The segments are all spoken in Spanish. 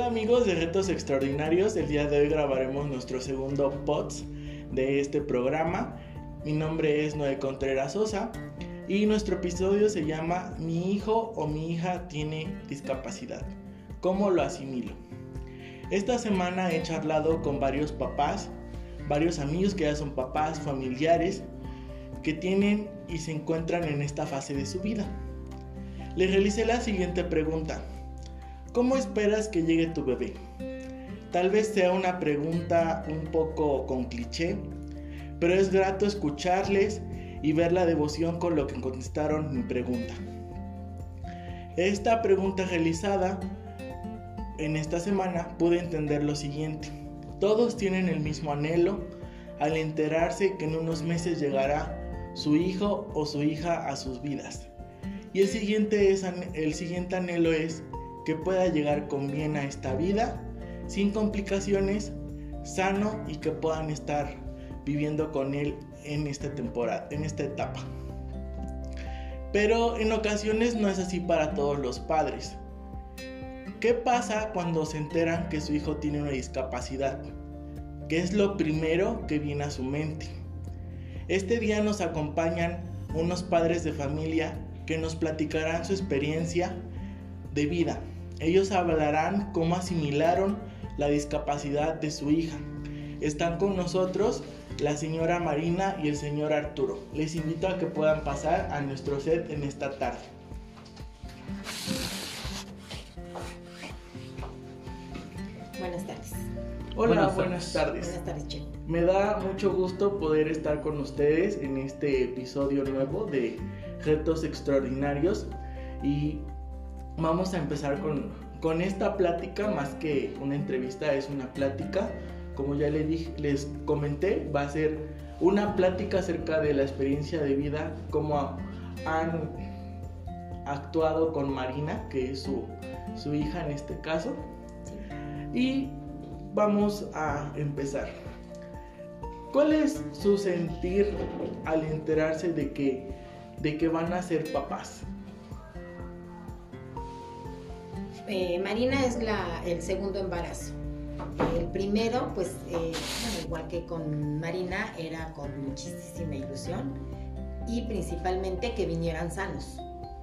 Hola amigos de Retos Extraordinarios, el día de hoy grabaremos nuestro segundo podcast de este programa. Mi nombre es Noé Contreras Sosa y nuestro episodio se llama Mi hijo o mi hija tiene discapacidad. ¿Cómo lo asimilo? Esta semana he charlado con varios papás, varios amigos que ya son papás, familiares, que tienen y se encuentran en esta fase de su vida. Les realicé la siguiente pregunta: ¿cómo esperas que llegue tu bebé? Tal vez sea una pregunta un poco con cliché, pero es grato escucharles y ver la devoción con lo que contestaron mi pregunta. Esta pregunta realizada en esta semana pude entender lo siguiente: todos tienen el mismo anhelo al enterarse que en unos meses llegará su hijo o su hija a sus vidas. Y el siguiente anhelo es que pueda llegar con bien a esta vida, sin complicaciones, sano y que puedan estar viviendo con él en esta temporada, en esta etapa. Pero en ocasiones no es así para todos los padres. ¿Qué pasa cuando se enteran que su hijo tiene una discapacidad? ¿Qué es lo primero que viene a su mente? Este día nos acompañan unos padres de familia que nos platicarán su experiencia de vida. Ellos hablarán cómo asimilaron la discapacidad de su hija. Están con nosotros la señora Marina y el señor Arturo. Les invito a que puedan pasar a nuestro set en esta tarde. Buenas tardes. Hola, buenas tardes. Buenas tardes, Che. Me da mucho gusto poder estar con ustedes en este episodio nuevo de Retos Extraordinarios y vamos a empezar con esta plática. Más que una entrevista, es una plática. Como ya les comenté, va a ser una plática acerca de la experiencia de vida, cómo han actuado con Marina, que es su hija en este caso. Y vamos a empezar. ¿Cuál es su sentir al enterarse de que van a ser papás? Marina es el segundo embarazo. El primero, pues, igual que con Marina, era con muchísima ilusión y principalmente que vinieran sanos.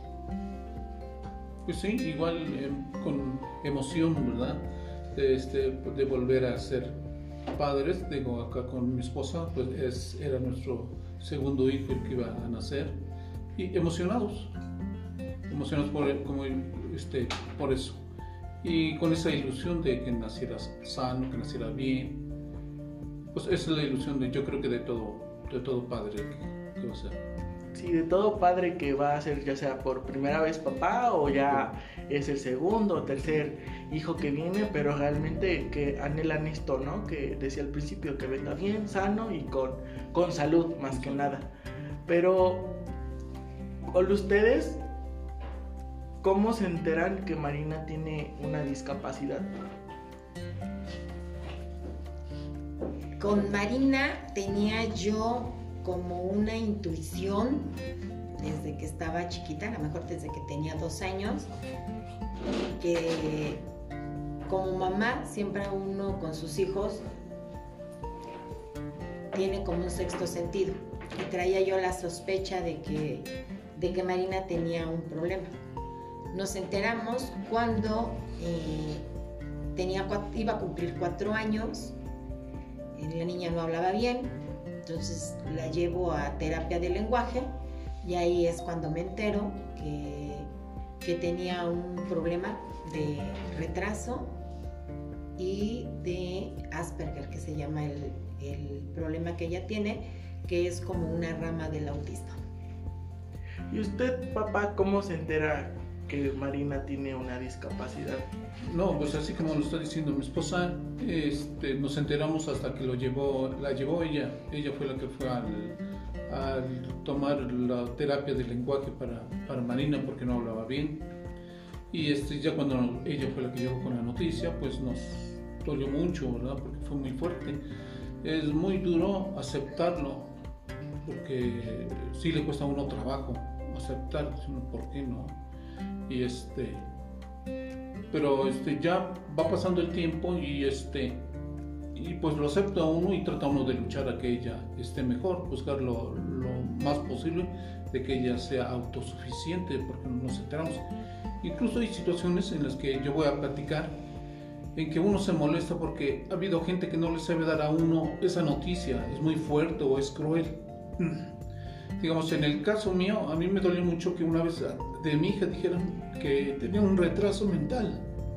Pues sí, igual con emoción, ¿verdad? De volver a ser padres. Digo, acá con mi esposa, pues era nuestro segundo hijo el que iba a nacer, y emocionados por eso, y con esa ilusión de que naciera sano, que naciera bien. Pues esa es la ilusión yo creo que de todo padre que va a ser. Sí, de todo padre que va a ser, ya sea por primera vez papá o ya es el segundo o tercer hijo que viene, pero realmente que anhelan esto, ¿no? Que decía al principio, que venga bien, sano y con salud, más que nada. Pero con ustedes, ¿cómo se enteran que Marina tiene una discapacidad? Con Marina tenía yo como una intuición desde que estaba chiquita, a lo mejor desde que tenía 2 años, que como mamá siempre uno con sus hijos tiene como un sexto sentido, y traía yo la sospecha de que Marina tenía un problema. Nos enteramos cuando iba a cumplir 4 años, la niña no hablaba bien. Entonces la llevo a terapia de lenguaje y ahí es cuando me entero que tenía un problema de retraso y de Asperger, que se llama el problema que ella tiene, que es como una rama del autismo. ¿Y usted, papá, cómo se entera que Marina tiene una discapacidad? No, pues así como lo está diciendo mi esposa, nos enteramos hasta que la llevó ella. Ella fue la que fue al tomar la terapia de lenguaje para Marina, porque no hablaba bien. Y ya cuando ella fue la que llegó con la noticia, pues nos dolió mucho, ¿verdad? Porque fue muy fuerte. Es muy duro aceptarlo, porque sí le cuesta a uno trabajo aceptar, ¿por qué no? Y pero ya va pasando el tiempo y pues lo acepta uno y trata uno de luchar a que ella esté mejor, buscar lo más posible de que ella sea autosuficiente, porque nos enteramos. Incluso hay situaciones en las que yo voy a platicar en que uno se molesta porque ha habido gente que no le sabe dar a uno esa noticia, es muy fuerte o es cruel. Digamos, en el caso mío, a mí me dolió mucho que una vez de mi hija dijeran que tenía un retraso mental.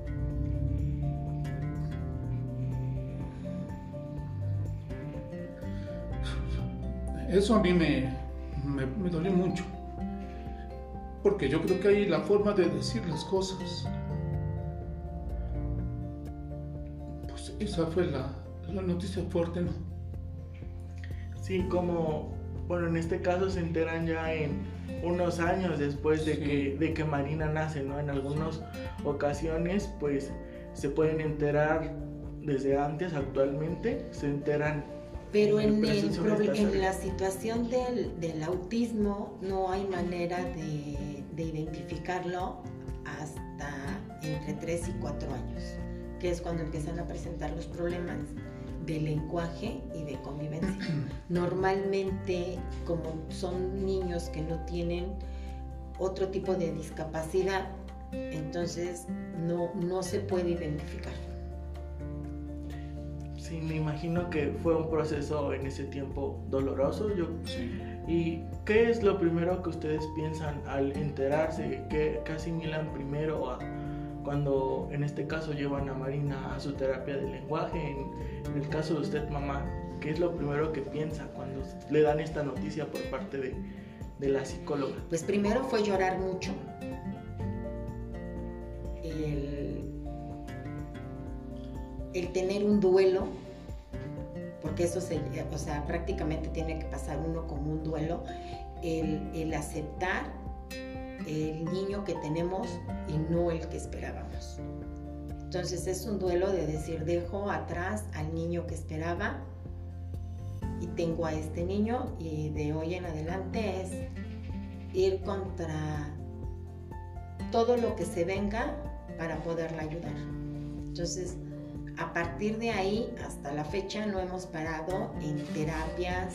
Eso a mí me dolió mucho, porque yo creo que hay la forma de decir las cosas. Pues esa fue la noticia fuerte, ¿no? Sí, como, bueno, en este caso se enteran ya en unos años después de que Marina nace, ¿no? En algunas ocasiones, pues, se pueden enterar desde antes, actualmente, se enteran. Pero en la situación del autismo no hay manera de identificarlo hasta entre 3 y 4 años, que es cuando empiezan a presentar los problemas de lenguaje y de convivencia. Normalmente, como son niños que no tienen otro tipo de discapacidad, entonces no se puede identificar. Sí, me imagino que fue un proceso en ese tiempo doloroso. Sí. ¿Y qué es lo primero que ustedes piensan al enterarse? ¿Qué asimilan primero cuando en este caso llevan a Marina a su terapia de lenguaje? En el caso de usted, mamá, ¿qué es lo primero que piensa cuando le dan esta noticia por parte de la psicóloga? Pues primero fue llorar mucho. El tener un duelo, porque eso prácticamente tiene que pasar uno como un duelo, el aceptar el niño que tenemos y no el que esperábamos. Entonces es un duelo de decir, dejo atrás al niño que esperaba y tengo a este niño, y de hoy en adelante es ir contra todo lo que se venga para poderla ayudar. Entonces, a partir de ahí, hasta la fecha, no hemos parado en terapias.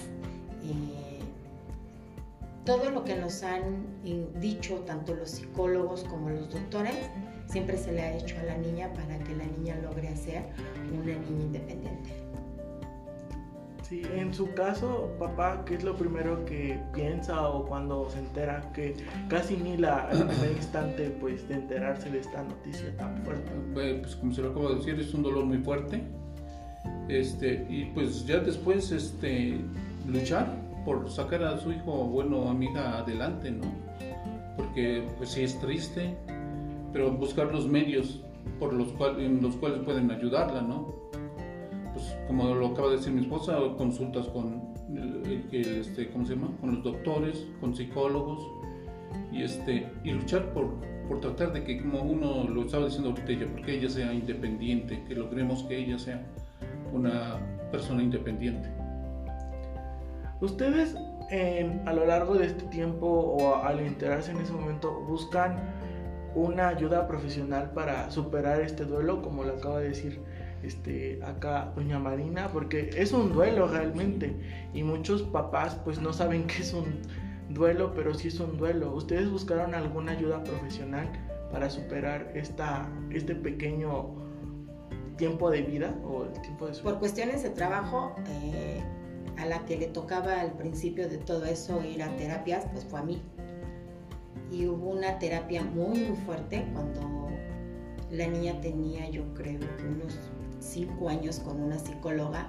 Todo lo que nos han dicho, tanto los psicólogos como los doctores, siempre se le ha hecho a la niña para que la niña logre ser una niña independiente. Sí, en su caso, papá, ¿qué es lo primero que piensa o cuando se entera, que casi ni el primer instante, pues, de enterarse de esta noticia tan fuerte? Pues como se lo acabo de decir, es un dolor muy fuerte. Y pues ya después luchar por sacar a su hijo, bueno, amiga, adelante, ¿no? Porque pues sí es triste, pero buscar los medios en los cuales pueden ayudarla, ¿no? Pues como lo acaba de decir mi esposa, consultas con ¿cómo se llama? Con los doctores, con psicólogos, y luchar por tratar de que, como uno lo estaba diciendo ahorita, porque ella sea independiente, que logremos que ella sea una persona independiente. ¿Ustedes a lo largo de este tiempo o al enterarse en ese momento buscan una ayuda profesional para superar este duelo, como lo acaba de decir acá doña Marina? Porque es un duelo realmente, y muchos papás pues no saben qué es un duelo, pero sí es un duelo. ¿Ustedes buscaron alguna ayuda profesional para superar este pequeño tiempo de vida o el tiempo de su... Por cuestiones de trabajo, a la que le tocaba al principio de todo eso ir a terapias, pues fue a mí. Y hubo una terapia muy muy fuerte cuando la niña tenía, yo creo, unos 5 años con una psicóloga,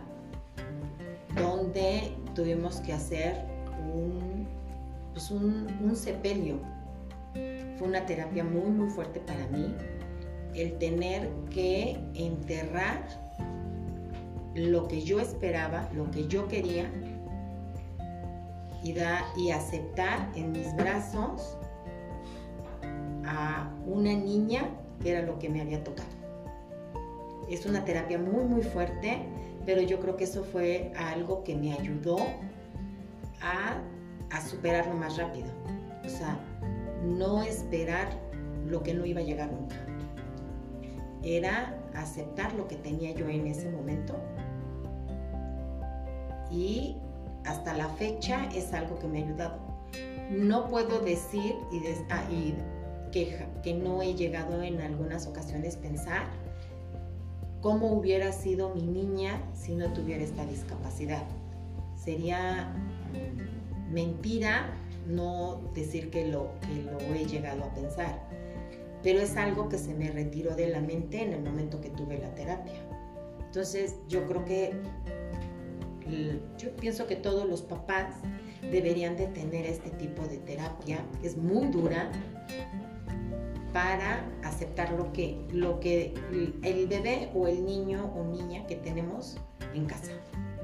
donde tuvimos que hacer un sepelio. Fue una terapia muy muy fuerte para mí, el tener que enterrar lo que yo esperaba, lo que yo quería, y aceptar en mis brazos a una niña que era lo que me había tocado. Es una terapia muy muy fuerte, pero yo creo que eso fue algo que me ayudó a superarlo más rápido. O sea, no esperar lo que no iba a llegar nunca. era aceptar lo que tenía yo en ese momento, y hasta la fecha es algo que me ha ayudado. No puedo decir que no he llegado en algunas ocasiones a pensar cómo hubiera sido mi niña si no tuviera esta discapacidad. Sería mentira no decir que lo he llegado a pensar, pero es algo que se me retiró de la mente en el momento que tuve la terapia. Entonces yo pienso que todos los papás deberían de tener este tipo de terapia. Es muy dura para aceptar lo que el bebé o el niño o niña que tenemos en casa.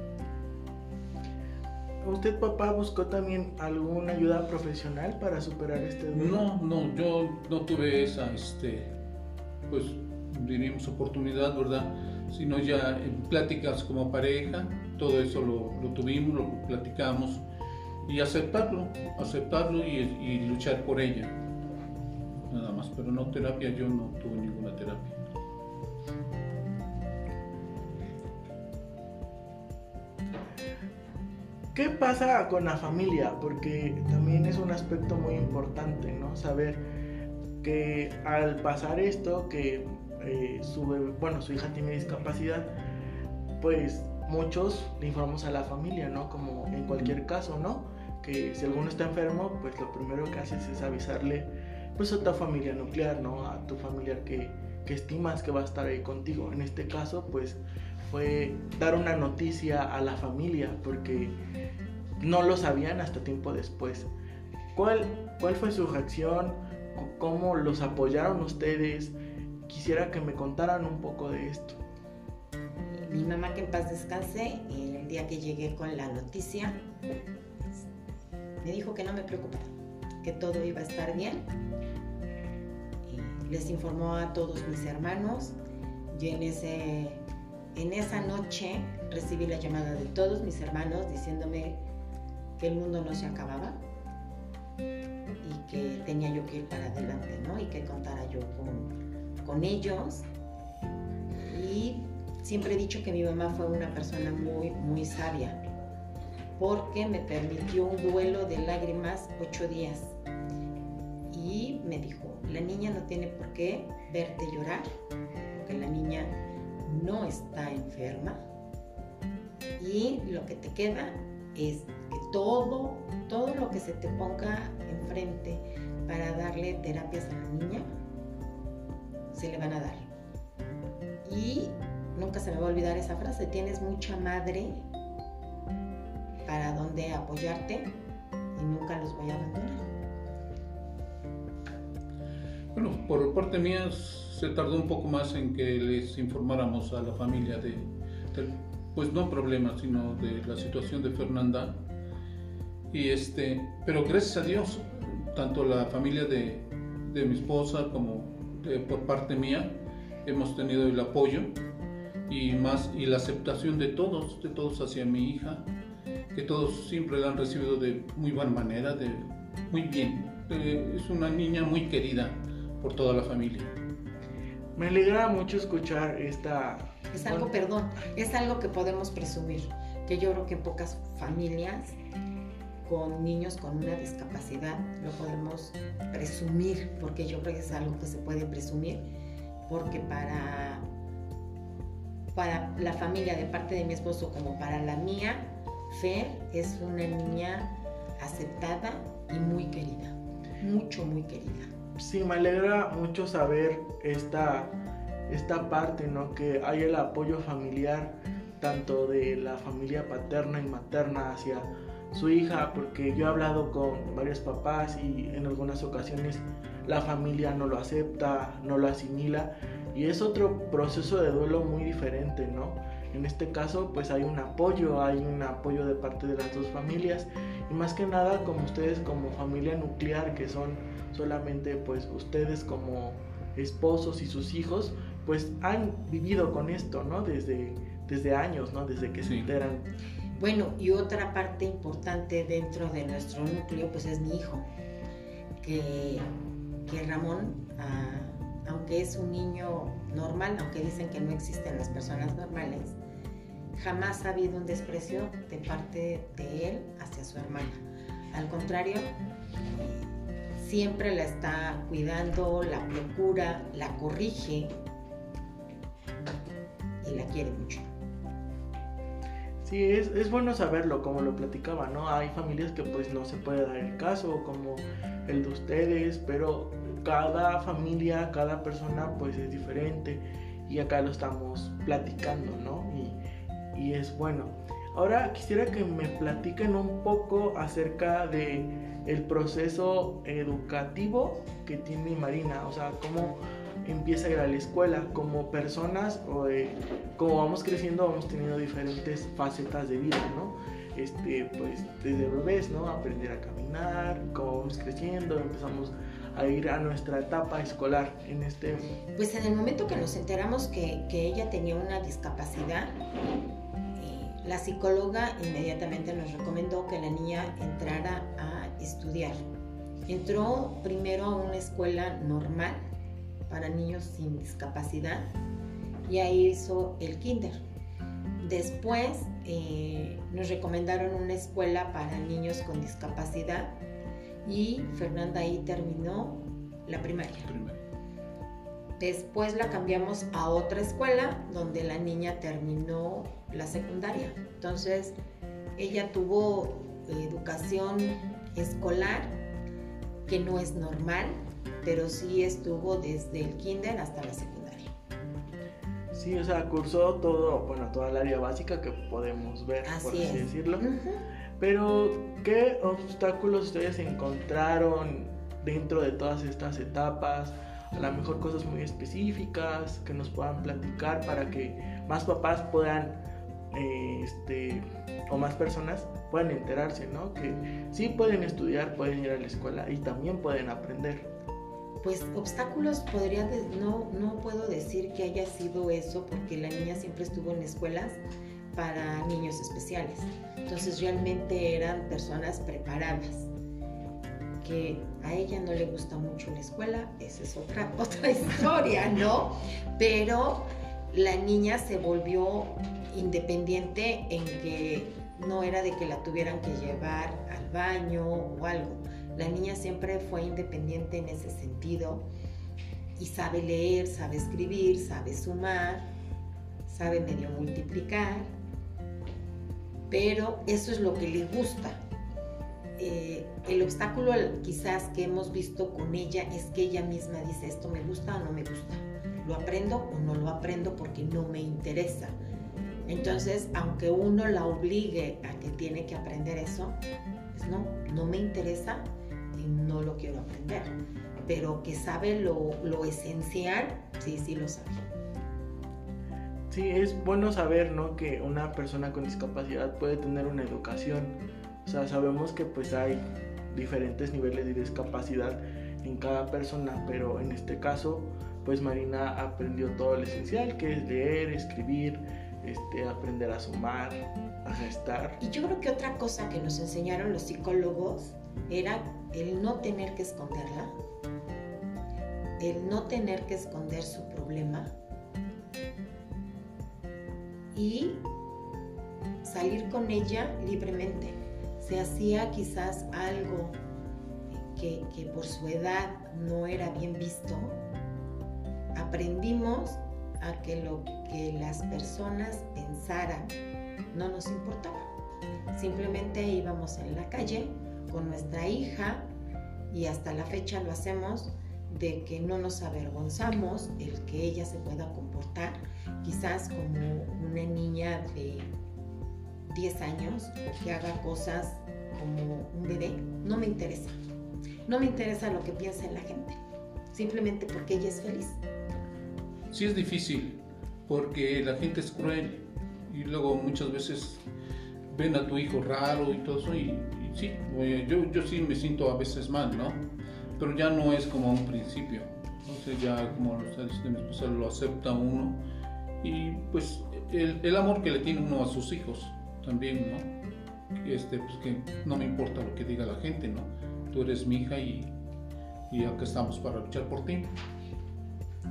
¿Usted, papá, buscó también alguna ayuda profesional para superar este duelo? No, yo no tuve esa, pues diríamos oportunidad, ¿verdad? Sino ya en pláticas como pareja, todo eso lo tuvimos, lo platicamos, y aceptarlo y luchar por ella, nada más. Pero no terapia, yo no tuve ninguna terapia. ¿Qué pasa con la familia? Porque también es un aspecto muy importante, ¿no? Saber que al pasar esto, que su hija tiene discapacidad, pues muchos le informamos a la familia, ¿no? Como en cualquier caso, ¿no? Que si alguno está enfermo, pues lo primero que haces es avisarle, pues, a tu familia nuclear, ¿no? A tu familiar que estimas que va a estar ahí contigo. En este caso, pues, fue dar una noticia a la familia, porque no lo sabían hasta tiempo después. ¿Cuál fue su reacción? ¿Cómo los apoyaron ustedes? Quisiera que me contaran un poco de esto. Mi mamá, que en paz descanse, el día que llegué con la noticia, me dijo que no me preocupara, que todo iba a estar bien. Y les informó a todos mis hermanos. Yo en esa noche recibí la llamada de todos mis hermanos diciéndome que el mundo no se acababa y que tenía yo que ir para adelante, ¿no? Y que contara yo con ellos. Y siempre he dicho que mi mamá fue una persona muy, muy sabia, porque me permitió un duelo de lágrimas 8 días. Y me dijo, la niña no tiene por qué verte llorar, porque la niña no está enferma, y lo que te queda es que todo lo que se te ponga enfrente para darle terapias a la niña, se le van a dar. Y nunca se me va a olvidar esa frase: tienes mucha madre para donde apoyarte y nunca los voy a abandonar. Bueno, por parte mía se tardó un poco más en que les informáramos a la familia pues no problemas, sino de la situación de Fernanda. Y pero gracias a Dios, tanto la familia de mi esposa como por parte mía, hemos tenido el apoyo y la aceptación de todos hacia mi hija, que todos siempre la han recibido de muy buena manera, muy bien. Es una niña muy querida por toda la familia. Me alegra mucho escuchar esta... Es algo que podemos presumir, que yo creo que pocas familias con niños con una discapacidad lo podemos presumir, porque yo creo que es algo que se puede presumir, porque para la familia de parte de mi esposo como para la mía, Fer es una niña aceptada y muy querida, muy querida. Sí, me alegra mucho saber esta parte, ¿no? Que hay el apoyo familiar, tanto de la familia paterna y materna hacia su hija, porque yo he hablado con varios papás y en algunas ocasiones la familia no lo acepta, no lo asimila, y es otro proceso de duelo muy diferente, ¿no? En este caso, pues hay un apoyo de parte de las dos familias, y más que nada como ustedes como familia nuclear, que son solamente pues ustedes como esposos y sus hijos, pues han vivido con esto, ¿no? Desde años, ¿no? Desde que se enteran. Bueno, y otra parte importante dentro de nuestro núcleo, pues es mi hijo, que Ramón aunque es un niño normal, aunque dicen que no existen las personas normales, jamás ha habido un desprecio de parte de él hacia su hermana. Al contrario, siempre la está cuidando, la procura, la corrige y la quiere mucho. Sí, es bueno saberlo, como lo platicaba, ¿no? Hay familias que pues no se puede dar el caso, como el de ustedes, pero cada familia, cada persona pues es diferente y acá lo estamos platicando, ¿no? Y es bueno. Ahora quisiera que me platiquen un poco acerca de el proceso educativo que tiene Marina, o sea, cómo empieza a ir a la escuela como personas, como vamos creciendo vamos teniendo diferentes facetas de vida, ¿no? Pues desde bebés, ¿no? Aprender a caminar, como vamos creciendo, empezamos a ir a nuestra etapa escolar Pues en el momento que nos enteramos que ella tenía una discapacidad, la psicóloga inmediatamente nos recomendó que la niña entrara a estudiar. Entró primero a una escuela normal para niños sin discapacidad y ahí hizo el kinder. Después nos recomendaron una escuela para niños con discapacidad y Fernanda ahí terminó la primaria. Después la cambiamos a otra escuela donde la niña terminó la secundaria. Entonces ella tuvo educación escolar que no es normal, pero sí estuvo desde el kinder hasta la secundaria. Sí, o sea, cursó toda el área básica que podemos ver, por así decirlo. Uh-huh. Pero, ¿qué obstáculos ustedes encontraron dentro de todas estas etapas? A lo mejor cosas muy específicas que nos puedan platicar para que más papás puedan, o más personas puedan enterarse, ¿no? Que sí pueden estudiar, pueden ir a la escuela y también pueden aprender. Pues obstáculos no puedo decir que haya sido eso, porque la niña siempre estuvo en escuelas para niños especiales. Entonces realmente eran personas preparadas. Que a ella no le gusta mucho la escuela, esa es otra historia, ¿no? Pero la niña se volvió independiente en que no era de que la tuvieran que llevar al baño o algo. La niña siempre fue independiente en ese sentido y sabe leer, sabe escribir, sabe sumar, sabe medio multiplicar, pero eso es lo que le gusta. El obstáculo quizás que hemos visto con ella es que ella misma dice: esto me gusta o no me gusta, lo aprendo o no lo aprendo porque no me interesa. Entonces, aunque uno la obligue a que tiene que aprender eso, pues no me interesa y no lo quiero aprender, pero que sabe lo esencial, sí lo sabe. Sí, es bueno saber, ¿no?, que una persona con discapacidad puede tener una educación. O sea, sabemos que pues hay diferentes niveles de discapacidad en cada persona, pero en este caso, pues Marina aprendió todo lo esencial, que es leer, escribir, aprender a sumar, a gestar. Y yo creo que otra cosa que nos enseñaron los psicólogos era el no tener que esconderla, el no tener que esconder su problema y salir con ella libremente. Se hacía quizás algo que por su edad no era bien visto, aprendimos a que lo que las personas pensaran no nos importaba. Simplemente íbamos en la calle con nuestra hija y hasta la fecha lo hacemos, de que no nos avergonzamos el que ella se pueda comportar quizás como una niña de 10 años o que haga cosas como un bebé. No me interesa lo que piensa la gente, simplemente porque ella es feliz. Sí, es difícil porque la gente es cruel y luego muchas veces ven a tu hijo raro y todo eso y sí, yo sí me siento a veces mal, ¿no? Pero ya no es como a un principio. Entonces ya, como lo está diciendo mi esposa, lo acepta uno y pues el amor que le tiene uno a sus hijos también, ¿no? Pues que no me importa lo que diga la gente, ¿no? Tú eres mi hija y acá estamos para luchar por ti.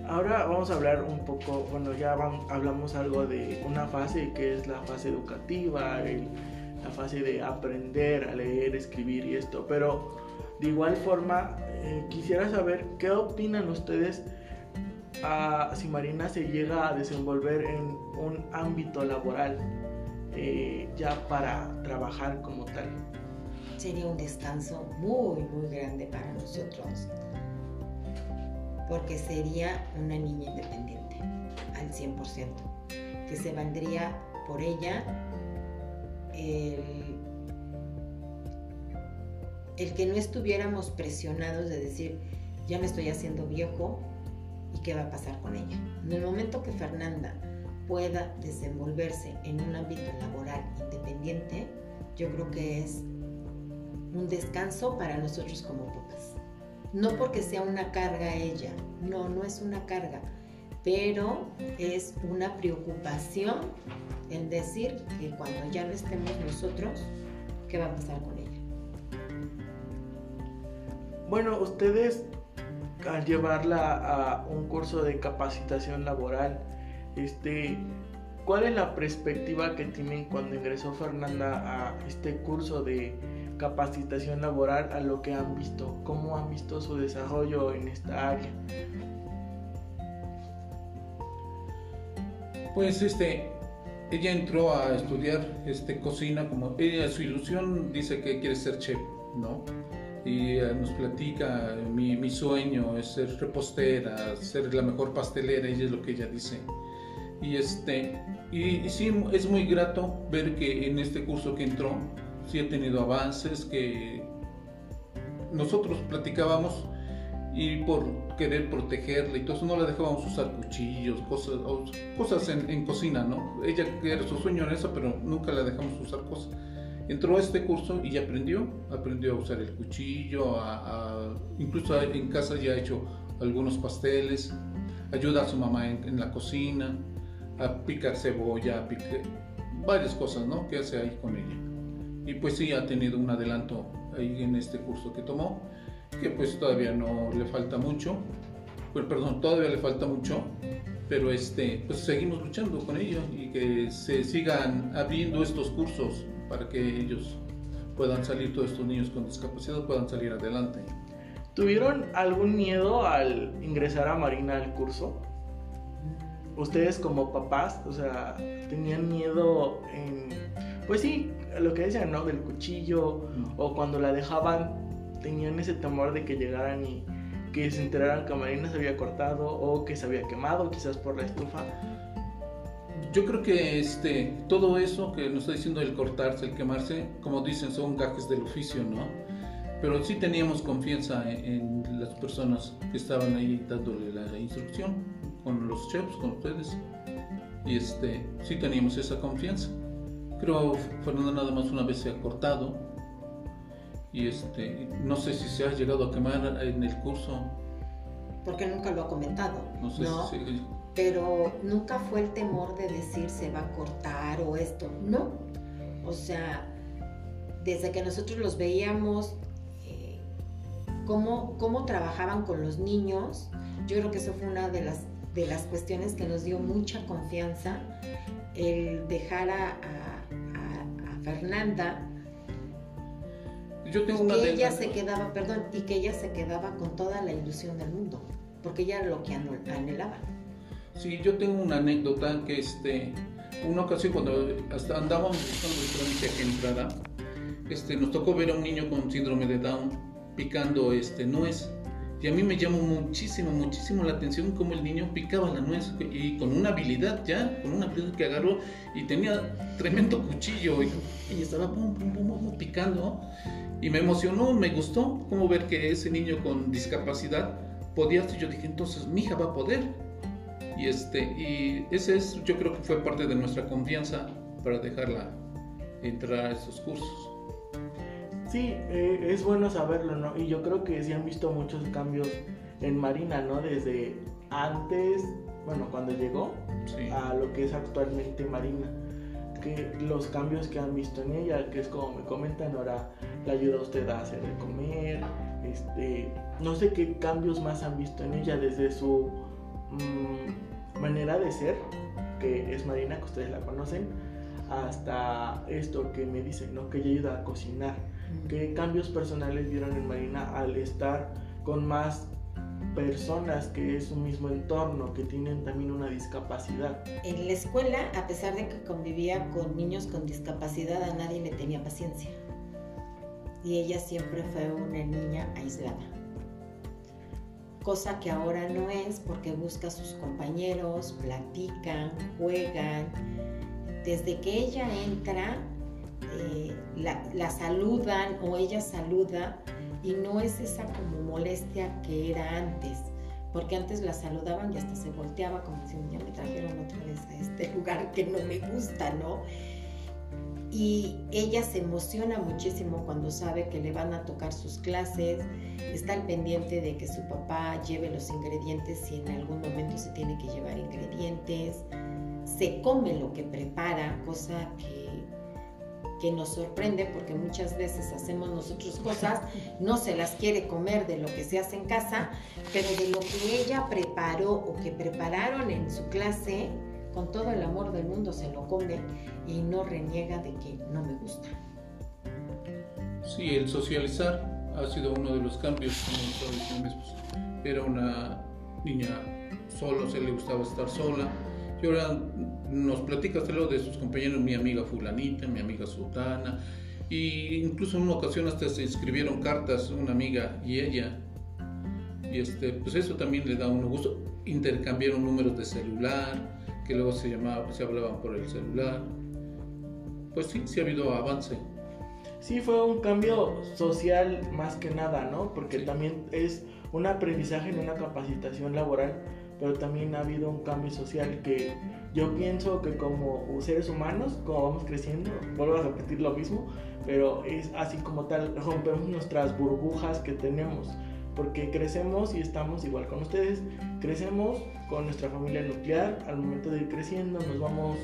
Ahora vamos a hablar un poco, bueno, hablamos algo de una fase que es la fase educativa, la fase de aprender a leer, escribir y esto, pero de igual forma quisiera saber qué opinan ustedes si Marina se llega a desenvolver en un ámbito laboral ya para trabajar como tal. Sería un descanso muy, muy grande para nosotros, porque sería una niña independiente al 100%, que se valdría por ella el que no estuviéramos presionados de decir, ya me estoy haciendo viejo y qué va a pasar con ella. En el momento que Fernanda pueda desenvolverse en un ámbito laboral independiente, yo creo que es un descanso para nosotros como papás. No porque sea una carga ella, no es una carga, pero es una preocupación en decir que cuando ya no estemos nosotros, ¿qué va a pasar con ella? Bueno, ustedes al llevarla a un curso de capacitación laboral, ¿cuál es la perspectiva que tienen cuando ingresó Fernanda a este curso de capacitación laboral, a lo que han visto? ¿Cómo han visto su desarrollo en esta área? Pues ella entró a estudiar cocina, como ella, su ilusión dice que quiere ser chef, ¿no? Y nos platica, mi sueño es ser repostera, ser la mejor pastelera, ella es lo que ella dice. Y sí, es muy grato ver que en este curso que entró, sí ha tenido avances, que nosotros platicábamos y por querer protegerla y todo eso no la dejábamos usar cuchillos, cosas en cocina, ¿no? Ella era su sueño en eso, pero nunca la dejamos usar cosas. Entró a este curso y ya aprendió a usar el cuchillo, incluso en casa ya ha hecho algunos pasteles, ayuda a su mamá en la cocina, a picar cebolla, a picar varias cosas, ¿no? Que hace ahí con ella. Y pues sí, ha tenido un adelanto ahí en este curso que tomó, que pues todavía no le falta mucho, todavía le falta mucho, pero pues seguimos luchando con ella y que se sigan abriendo estos cursos para que ellos puedan salir, todos estos niños con discapacidad puedan salir adelante. ¿Tuvieron algún miedo al ingresar a Marina al curso? Ustedes como papás, o sea, ¿tenían miedo pues sí, lo que decían, ¿no? Del cuchillo, o cuando la dejaban, tenían ese temor de que llegaran y que se enteraran que Marina se había cortado o que se había quemado, quizás por la estufa? Yo creo que todo eso que nos está diciendo el cortarse, el quemarse, como dicen, son gajes del oficio, ¿no? Pero sí teníamos confianza en las personas que estaban ahí dándole la instrucción, con los chefs, con ustedes, y sí teníamos esa confianza. Creo Fernanda nada más una vez se ha cortado y no sé si se ha llegado a quemar en el curso. Porque nunca lo ha comentado, ¿no? Si pero nunca fue el temor de decir se va a cortar o esto, no. O sea, desde que nosotros los veíamos, cómo trabajaban con los niños, yo creo que eso fue una de las cuestiones que nos dio mucha confianza, el dejar a Fernanda, yo tengo una que ella se quedaba con toda la ilusión del mundo, porque ella era lo que anhelaba. Sí, yo tengo una anécdota que una ocasión cuando hasta andábamos buscando el trámite que entrara, nos tocó ver a un niño con síndrome de Down picando nuez, y a mí me llamó muchísimo la atención cómo el niño picaba la nuez y con una habilidad que agarró y tenía tremendo cuchillo y estaba picando, y me emocionó, me gustó cómo ver que ese niño con discapacidad podía hacer. Yo dije, entonces mi hija va a poder. Y ese yo creo que fue parte de nuestra confianza para dejarla entrar a estos cursos. Sí, es bueno saberlo, ¿no? Y yo creo que sí han visto muchos cambios en Marina, ¿no? Desde antes, bueno, cuando llegó, sí, a lo que es actualmente Marina. Que los cambios que han visto en ella, que es como me comentan, ahora le ayuda a usted a hacer de comer, no sé qué cambios más han visto en ella desde su manera de ser, que es Marina, que ustedes la conocen, hasta esto que me dicen, ¿no? Que ella ayuda a cocinar. ¿Qué cambios personales vieron en Marina al estar con más personas que es su mismo entorno, que tienen también una discapacidad? En la escuela, a pesar de que convivía con niños con discapacidad, a nadie le tenía paciencia. Y ella siempre fue una niña aislada. Cosa que ahora no es, porque busca a sus compañeros, platican, juegan. Desde que ella entra, la saludan o ella saluda, y no es esa como molestia que era antes, porque antes la saludaban y hasta se volteaba como diciendo, ya me trajeron otra vez a este lugar que no me gusta, ¿no? Y ella se emociona muchísimo cuando sabe que le van a tocar sus clases, está al pendiente de que su papá lleve los ingredientes si en algún momento se tiene que llevar ingredientes, se come lo que prepara, cosa que nos sorprende, porque muchas veces hacemos nosotros cosas, no se las quiere comer de lo que se hace en casa, pero de lo que ella preparó o que prepararon en su clase, con todo el amor del mundo se lo come y no reniega de que no me gusta. Sí, el socializar ha sido uno de los cambios, como estaba diciendo mi esposa. Era una niña solo, se le gustaba estar sola. Y ahora nos platica luego de sus compañeros, mi amiga fulanita, mi amiga sultana, y incluso en una ocasión hasta se escribieron cartas una amiga y ella, y pues eso también le da un gusto. Intercambiaron números de celular, que luego se hablaban por el celular. Pues sí ha habido avance. Sí, fue un cambio social más que nada, ¿no? Porque también es un aprendizaje en una capacitación laboral, pero también ha habido un cambio social que yo pienso que como seres humanos, como vamos creciendo, vuelvo a repetir lo mismo, pero es así como tal, rompemos nuestras burbujas que tenemos, porque crecemos y estamos igual con ustedes, crecemos con nuestra familia nuclear, al momento de ir creciendo nos vamos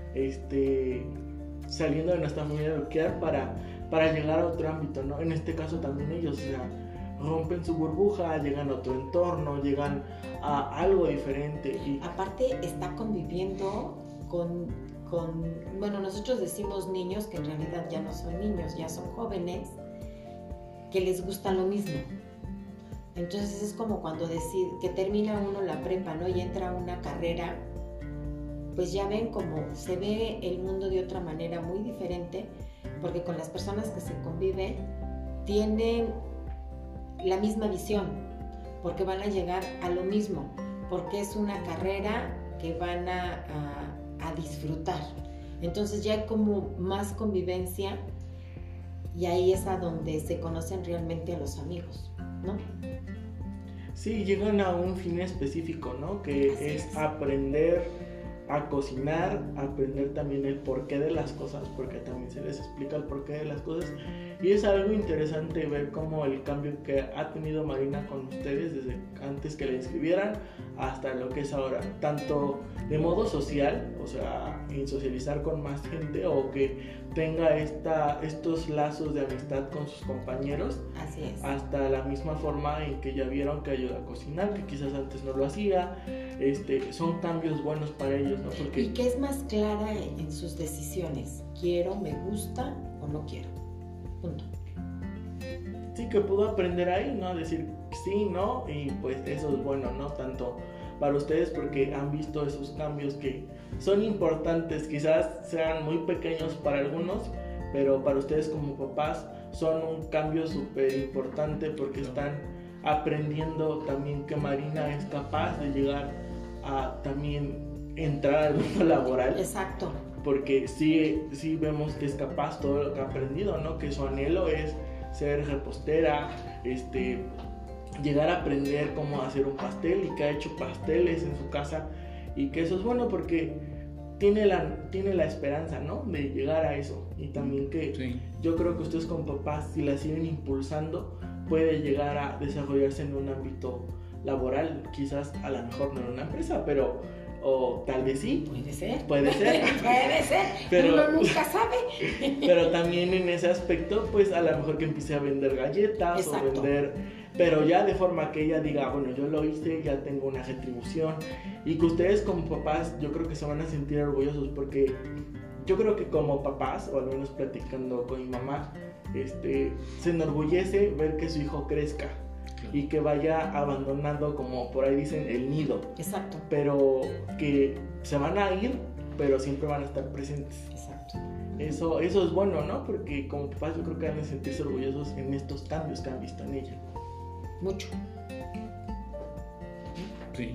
saliendo de nuestra familia nuclear para llegar a otro ámbito, ¿no? En este caso también ellos, o sea, rompen su burbuja, llegan a otro entorno, llegan a algo diferente. Y aparte está conviviendo con, bueno, nosotros decimos niños, que en realidad ya no son niños, ya son jóvenes, que les gusta lo mismo. Entonces es como cuando que termina uno la prepa, ¿no? Y entra a una carrera, pues ya ven como se ve el mundo de otra manera muy diferente, porque con las personas que se conviven tienen la misma visión, porque van a llegar a lo mismo, porque es una carrera que van a disfrutar. Entonces ya hay como más convivencia y ahí es a donde se conocen realmente a los amigos, ¿no? Sí, llegan a un fin específico, ¿no? Que es aprender a cocinar, aprender también el porqué de las cosas, porque también se les explica el porqué de las cosas, y es algo interesante ver cómo el cambio que ha tenido Marina con ustedes desde antes que la inscribieran hasta lo que es ahora, tanto de modo social, o sea, en socializar con más gente o que tenga estos lazos de amistad con sus compañeros. Así es. Hasta la misma forma en que ya vieron que ayuda a cocinar, que quizás antes no lo hacía. Son cambios buenos para ellos, ¿no? Porque... Y que es más clara en sus decisiones. Quiero, me gusta o no quiero. Punto. Sí, que pudo aprender ahí, ¿no? Decir sí, no, y pues eso es bueno, ¿no? Tanto para ustedes porque han visto esos cambios que son importantes, quizás sean muy pequeños para algunos, pero para ustedes como papás son un cambio súper importante porque están aprendiendo también que Marina es capaz de llegar a también entrar al mundo laboral. Exacto. Porque sí vemos que es capaz todo lo que ha aprendido, ¿no? Que su anhelo es ser repostera, llegar a aprender cómo hacer un pastel y que ha hecho pasteles en su casa y que eso es bueno porque tiene la esperanza, ¿no? De llegar a eso y también que sí. Yo creo que ustedes como papás, si la siguen impulsando, puede llegar a desarrollarse en un ámbito laboral, quizás a lo mejor no en una empresa, pero o tal vez sí. Puede ser. Puede ser. Pero uno nunca sabe. Pero también en ese aspecto, pues a lo mejor que empiece a vender galletas. Exacto. O vender pero ya de forma que ella diga, bueno, yo lo hice, ya tengo una retribución, y que ustedes como papás yo creo que se van a sentir orgullosos, porque yo creo que como papás, o al menos platicando con mi mamá, se enorgullece ver que su hijo crezca y que vaya abandonando, como por ahí dicen, el nido. Exacto. Pero que se van a ir, pero siempre van a estar presentes. Exacto. Eso es bueno, ¿no? Porque como papás yo creo que van a sentirse orgullosos en estos cambios que han visto en ella. Mucho. Sí.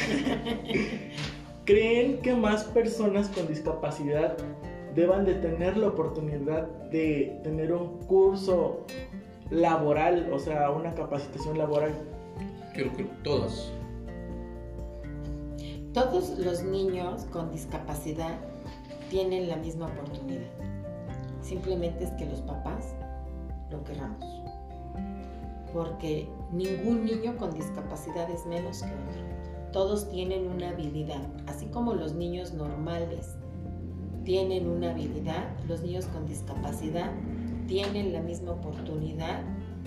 ¿Creen que más personas con discapacidad deban de tener la oportunidad de tener un curso laboral, o sea, una capacitación laboral? Creo que todas. Todos los niños con discapacidad tienen la misma oportunidad. Simplemente es que los papás lo querramos. Porque ningún niño con discapacidad es menos que otro. Todos tienen una habilidad. Así como los niños normales tienen una habilidad, los niños con discapacidad tienen la misma oportunidad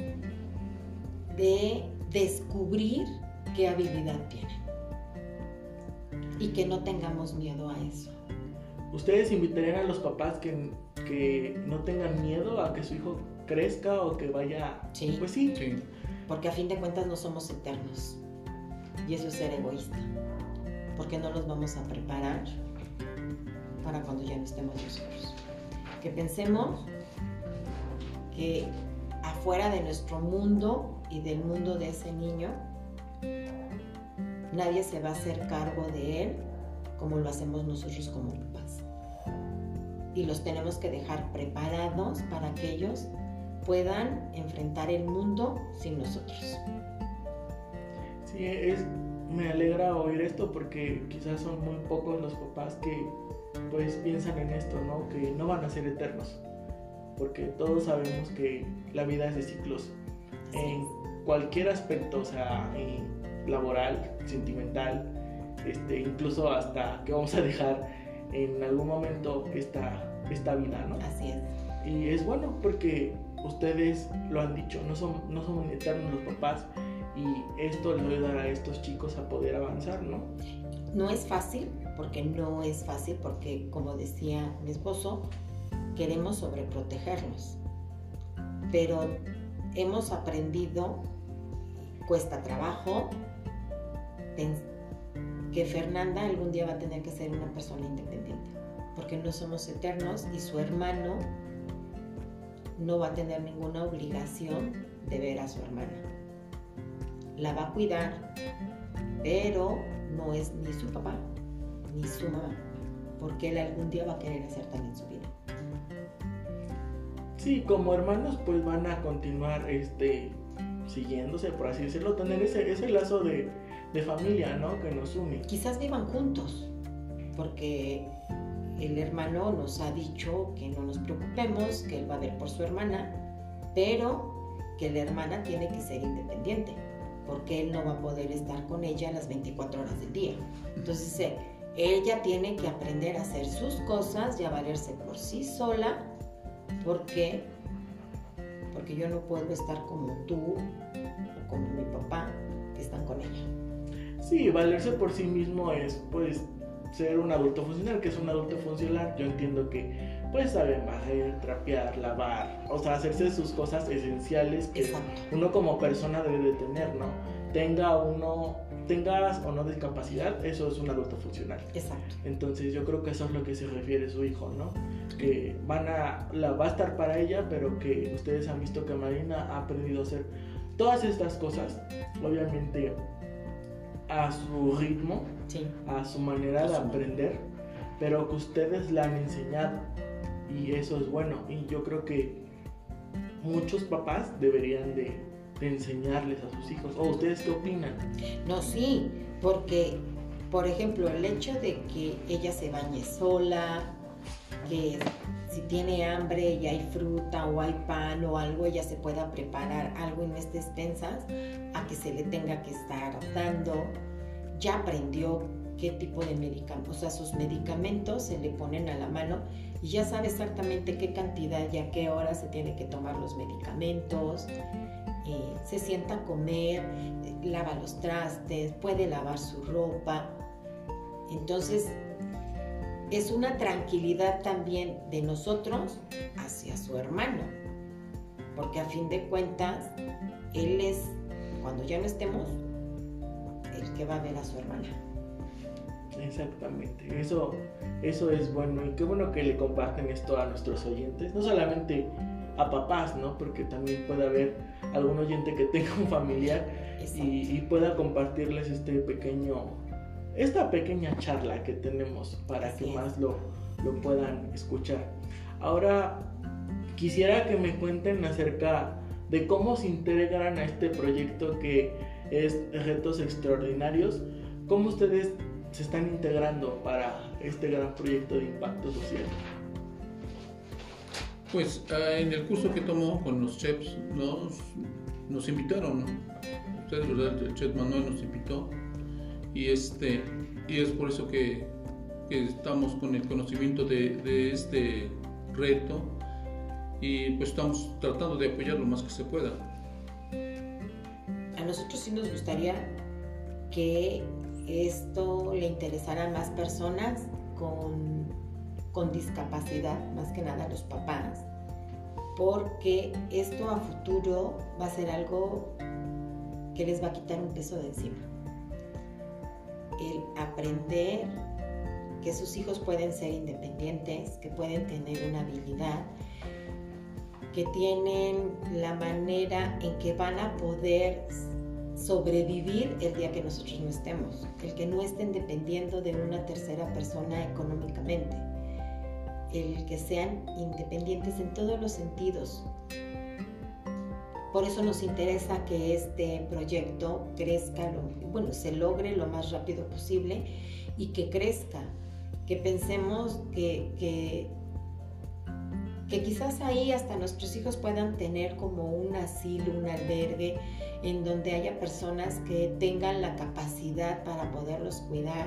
de descubrir qué habilidad tienen. Y que no tengamos miedo a eso. ¿Ustedes invitarían a los papás que no tengan miedo a que su hijo crezca o que vaya? Sí. Pues sí. Porque a fin de cuentas no somos eternos. Y eso es ser egoísta. Porque no los vamos a preparar para cuando ya no estemos nosotros. Que pensemos que afuera de nuestro mundo y del mundo de ese niño, nadie se va a hacer cargo de él como lo hacemos nosotros como papás. Y los tenemos que dejar preparados para que ellos puedan enfrentar el mundo sin nosotros. Sí, me alegra oír esto porque quizás son muy pocos los papás que pues piensan en esto, ¿no? Que no van a ser eternos, porque todos sabemos que la vida es de ciclos en cualquier aspecto, o sea, laboral, sentimental, incluso hasta que vamos a dejar en algún momento esta vida, ¿no? Así es. Y es bueno porque ustedes lo han dicho, no son eternos los papás, y esto les va a ayudar a estos chicos a poder avanzar, ¿no? No es fácil, porque como decía mi esposo, queremos sobreprotegerlos, pero hemos aprendido, cuesta trabajo, que Fernanda algún día va a tener que ser una persona independiente, porque no somos eternos y su hermano no va a tener ninguna obligación de ver a su hermana. La va a cuidar, pero no es ni su papá ni su mamá, porque él algún día va a querer hacer también su vida. Sí, como hermanos pues van a continuar siguiéndose, por así decirlo, tener ese lazo de familia, ¿no? Que nos une. Quizás vivan juntos, porque el hermano nos ha dicho que no nos preocupemos, que él va a ver por su hermana, pero que la hermana tiene que ser independiente, porque él no va a poder estar con ella las 24 horas del día. Entonces ella tiene que aprender a hacer sus cosas y a valerse por sí sola, porque yo no puedo estar como tú o como mi papá, que están con ella. Sí, valerse por sí mismo es pues ser un adulto funcional. Que es un adulto funcional? Yo entiendo que pues sabe barrer, trapear, lavar, o sea, hacerse sus cosas esenciales que Exacto. Uno como persona debe de tener, ¿no? Tengas o no discapacidad, eso es un adulto funcional. Exacto. Entonces yo creo que eso es lo que se refiere su hijo, ¿no? Que va a estar para ella, pero que ustedes han visto que Marina ha aprendido a hacer todas estas cosas, obviamente a su ritmo, Sí. a su manera de aprender, pero que ustedes la han enseñado, y eso es bueno. Y yo creo que muchos papás deberían de enseñarles a sus hijos. ¿O ustedes qué opinan? No, sí, porque, por ejemplo, el hecho de que ella se bañe sola, que si tiene hambre y hay fruta o hay pan o algo, ella se pueda preparar algo en estas despensas, a que se le tenga que estar dando. Ya aprendió qué tipo de medicamentos, o sea, sus medicamentos se le ponen a la mano y ya sabe exactamente qué cantidad y a qué hora se tiene que tomar los medicamentos. se sienta a comer, lava los trastes, puede lavar su ropa. Entonces, es una tranquilidad también de nosotros hacia su hermano, porque a fin de cuentas, él es, cuando ya no estemos, el que va a ver a su hermana. Exactamente, eso es bueno, y qué bueno que le comparten esto a nuestros oyentes, no solamente a papás, ¿no? Porque también puede haber algún oyente que tenga un familiar y pueda compartirles esta pequeña charla que tenemos para Así que más lo puedan escuchar. Ahora quisiera que me cuenten acerca de cómo se integran a este proyecto que es Retos Extraordinarios, cómo ustedes se están integrando para este gran proyecto de impacto social. Pues en el curso que tomó con los chefs nos invitaron, ustedes, ¿verdad? El chef Manuel nos invitó y es por eso que estamos con el conocimiento de este reto y pues estamos tratando de apoyar lo más que se pueda. A nosotros sí nos gustaría que esto le interesara a más personas con discapacidad, más que nada a los papás, porque esto a futuro va a ser algo que les va a quitar un peso de encima. El aprender que sus hijos pueden ser independientes, que pueden tener una habilidad, que tienen la manera en que van a poder sobrevivir el día que nosotros no estemos, el que no estén dependiendo de una tercera persona económicamente, el que sean independientes en todos los sentidos. Por eso nos interesa que este proyecto crezca, se logre lo más rápido posible y que crezca, que pensemos que quizás ahí hasta nuestros hijos puedan tener como un asilo, un albergue, en donde haya personas que tengan la capacidad para poderlos cuidar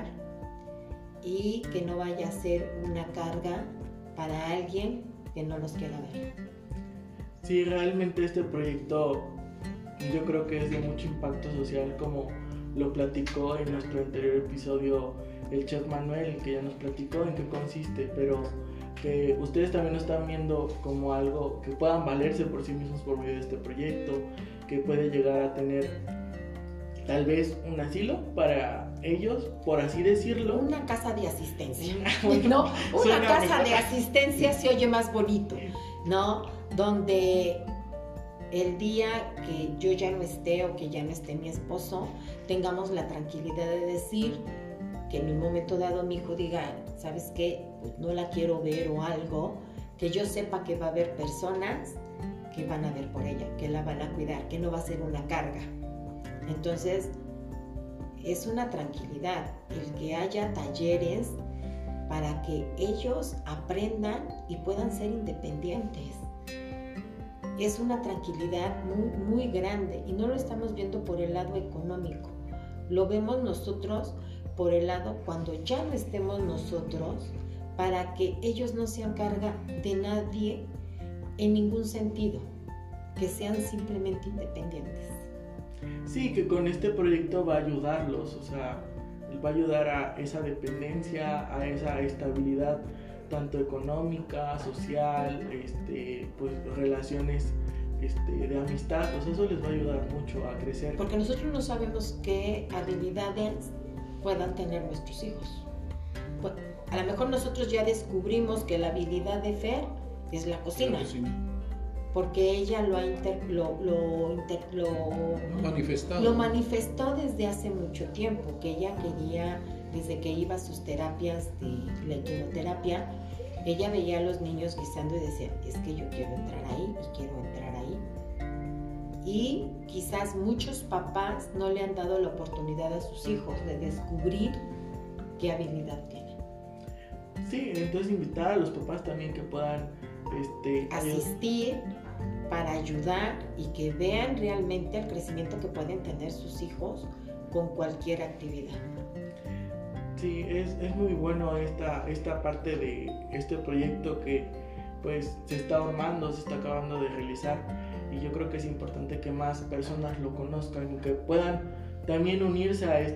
y que no vaya a ser una carga para alguien que no los quiera ver. Sí, realmente este proyecto yo creo que es de mucho impacto social, como lo platicó en nuestro anterior episodio el chef Manuel, que ya nos platicó en qué consiste, pero que ustedes también lo están viendo como algo que puedan valerse por sí mismos por medio de este proyecto, que puede llegar a tener tal vez un asilo para ellos, por así decirlo. Una casa de asistencia. No, una casa de asistencia se oye más bonito, ¿no? Donde el día que yo ya no esté o que ya no esté mi esposo, tengamos la tranquilidad de decir que en un momento dado mi hijo diga, ¿sabes qué? Pues no la quiero ver o algo, que yo sepa que va a haber personas que van a ver por ella, que la van a cuidar, que no va a ser una carga. Entonces, es una tranquilidad el que haya talleres para que ellos aprendan y puedan ser independientes. Es una tranquilidad muy, muy grande y no lo estamos viendo por el lado económico. Lo vemos nosotros por el lado cuando ya no estemos nosotros, para que ellos no sean carga de nadie en ningún sentido, que sean simplemente independientes. Sí, que con este proyecto va a ayudarlos, va a ayudar a esa dependencia, a esa estabilidad tanto económica, social, pues relaciones de amistad, pues eso les va a ayudar mucho a crecer. Porque nosotros no sabemos qué habilidades puedan tener nuestros hijos. Pues, a lo mejor nosotros ya descubrimos que la habilidad de Fer es la cocina. Porque ella lo manifestó desde hace mucho tiempo, que ella quería, desde que iba a sus terapias de la quimioterapia, ella veía a los niños guisando y decía, es que yo quiero entrar ahí y quiero entrar ahí. Y quizás muchos papás no le han dado la oportunidad a sus hijos de descubrir qué habilidad tienen. Sí, entonces invitar a los papás también que puedan asistir para ayudar y que vean realmente el crecimiento que pueden tener sus hijos con cualquier actividad. Sí, es muy bueno esta parte de este proyecto que pues se está armando, se está acabando de realizar y yo creo que es importante que más personas lo conozcan y que puedan también unirse a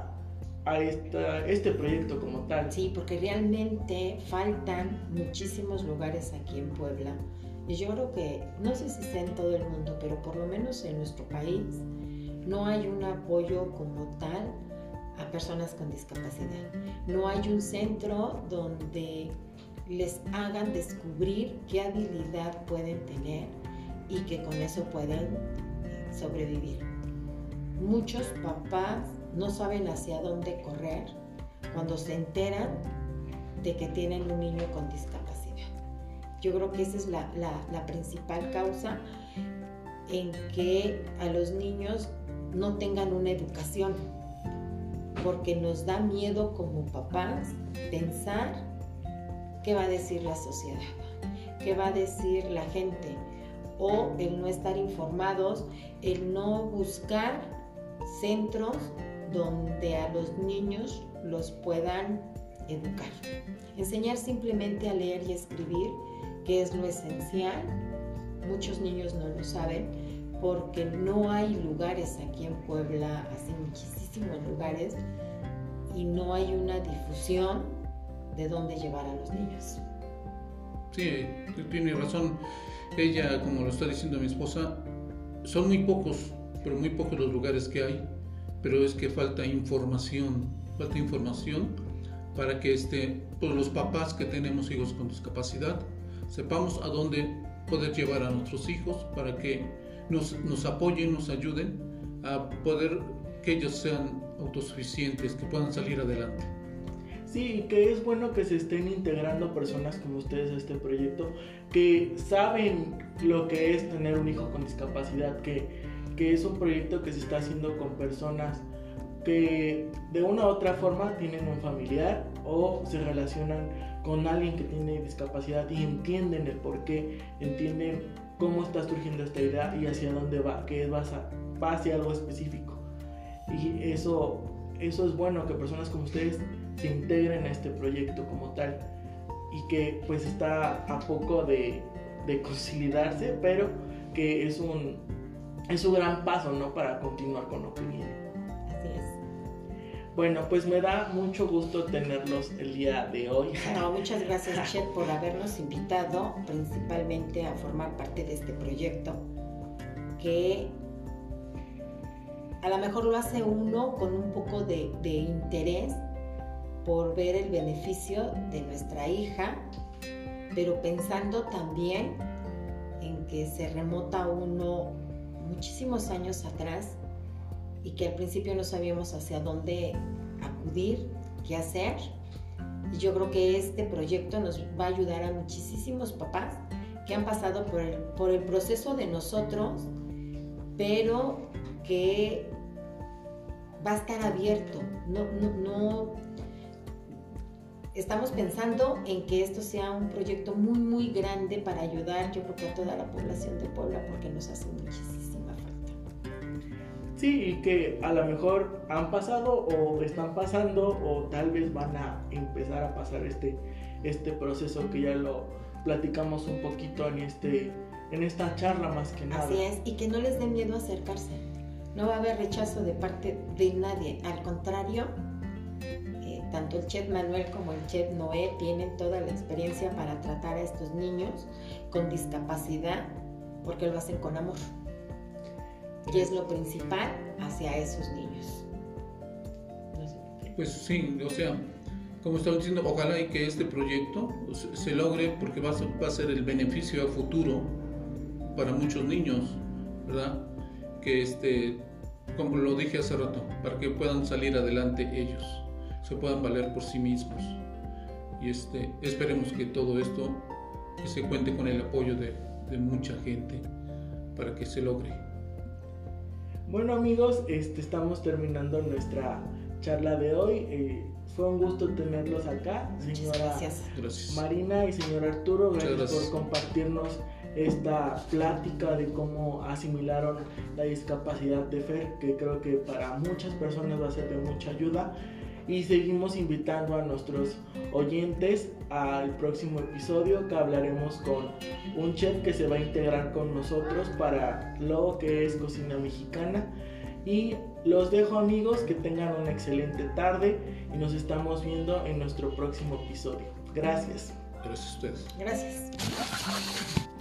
este proyecto como tal. Sí, porque realmente faltan muchísimos lugares aquí en Puebla, y yo creo que, no sé si sea en todo el mundo, pero por lo menos en nuestro país no hay un apoyo como tal a personas con discapacidad. No hay un centro donde les hagan descubrir qué habilidad pueden tener y que con eso pueden sobrevivir. Muchos papás no saben hacia dónde correr cuando se enteran de que tienen un niño con discapacidad. Yo creo que esa es la principal causa en que a los niños no tengan una educación, porque nos da miedo como papás pensar qué va a decir la sociedad, qué va a decir la gente, o el no estar informados, el no buscar centros donde a los niños los puedan educar. Enseñar simplemente a leer y escribir, que es lo esencial. Muchos niños no lo saben porque no hay lugares aquí en Puebla, así muchísimos lugares, y no hay una difusión de dónde llevar a los niños. Sí, tiene razón. Ella, como lo está diciendo mi esposa, son muy pocos, pero muy pocos los lugares que hay, pero es que falta información para que pues los papás que tenemos hijos con discapacidad sepamos a dónde poder llevar a nuestros hijos para que nos apoyen, nos ayuden a poder que ellos sean autosuficientes, que puedan salir adelante. Sí, que es bueno que se estén integrando personas como ustedes a este proyecto, que saben lo que es tener un hijo con discapacidad, que es un proyecto que se está haciendo con personas que de una u otra forma tienen un familiar o se relacionan con alguien que tiene discapacidad y entienden el porqué, entienden cómo está surgiendo esta idea y hacia dónde va, que va hacia algo específico. Y eso es bueno, que personas como ustedes se integren a este proyecto como tal, y que pues está a poco de consolidarse, pero que es un gran paso, ¿no?, para continuar con lo que viene. Así es. Bueno, pues me da mucho gusto tenerlos el día de hoy. No, muchas gracias, Chet, por habernos invitado principalmente a formar parte de este proyecto, que a lo mejor lo hace uno con un poco de interés por ver el beneficio de nuestra hija, pero pensando también en que se remota uno muchísimos años atrás y que al principio no sabíamos hacia dónde acudir, qué hacer. Y yo creo que este proyecto nos va a ayudar a muchísimos papás que han pasado por el proceso de nosotros, pero que va a estar abierto. No estamos pensando en que esto sea un proyecto muy, muy grande para ayudar, yo creo que a toda la población de Puebla, porque nos hace muchísima falta. Sí, y que a lo mejor han pasado o están pasando o tal vez van a empezar a pasar este proceso que ya lo platicamos un poquito en esta charla más que nada. Así es, y que no les dé miedo acercarse. No va a haber rechazo de parte de nadie, al contrario, tanto el Chef Manuel como el Chef Noé tienen toda la experiencia para tratar a estos niños con discapacidad, porque lo hacen con amor, y es lo principal hacia esos niños. No sé. Pues sí, o sea, como estaba diciendo, ojalá y que este proyecto se logre, porque va a ser el beneficio a futuro para muchos niños, ¿verdad? Que como lo dije hace rato, para que puedan salir adelante ellos, se puedan valer por sí mismos. Y esperemos que todo esto que se cuente con el apoyo de mucha gente para que se logre. Bueno, amigos, estamos terminando nuestra charla de hoy. Fue un gusto tenerlos acá, señora Gracias. Marina y señor Arturo. Gracias por compartirnos esta plática de cómo asimilaron la discapacidad de Fer, que creo que para muchas personas va a ser de mucha ayuda. y seguimos invitando a nuestros oyentes al próximo episodio, que hablaremos con un chef que se va a integrar con nosotros para lo que es cocina mexicana. Y los dejo, amigos, que tengan una excelente tarde y nos estamos viendo en nuestro próximo episodio. Gracias. Gracias a ustedes. Gracias.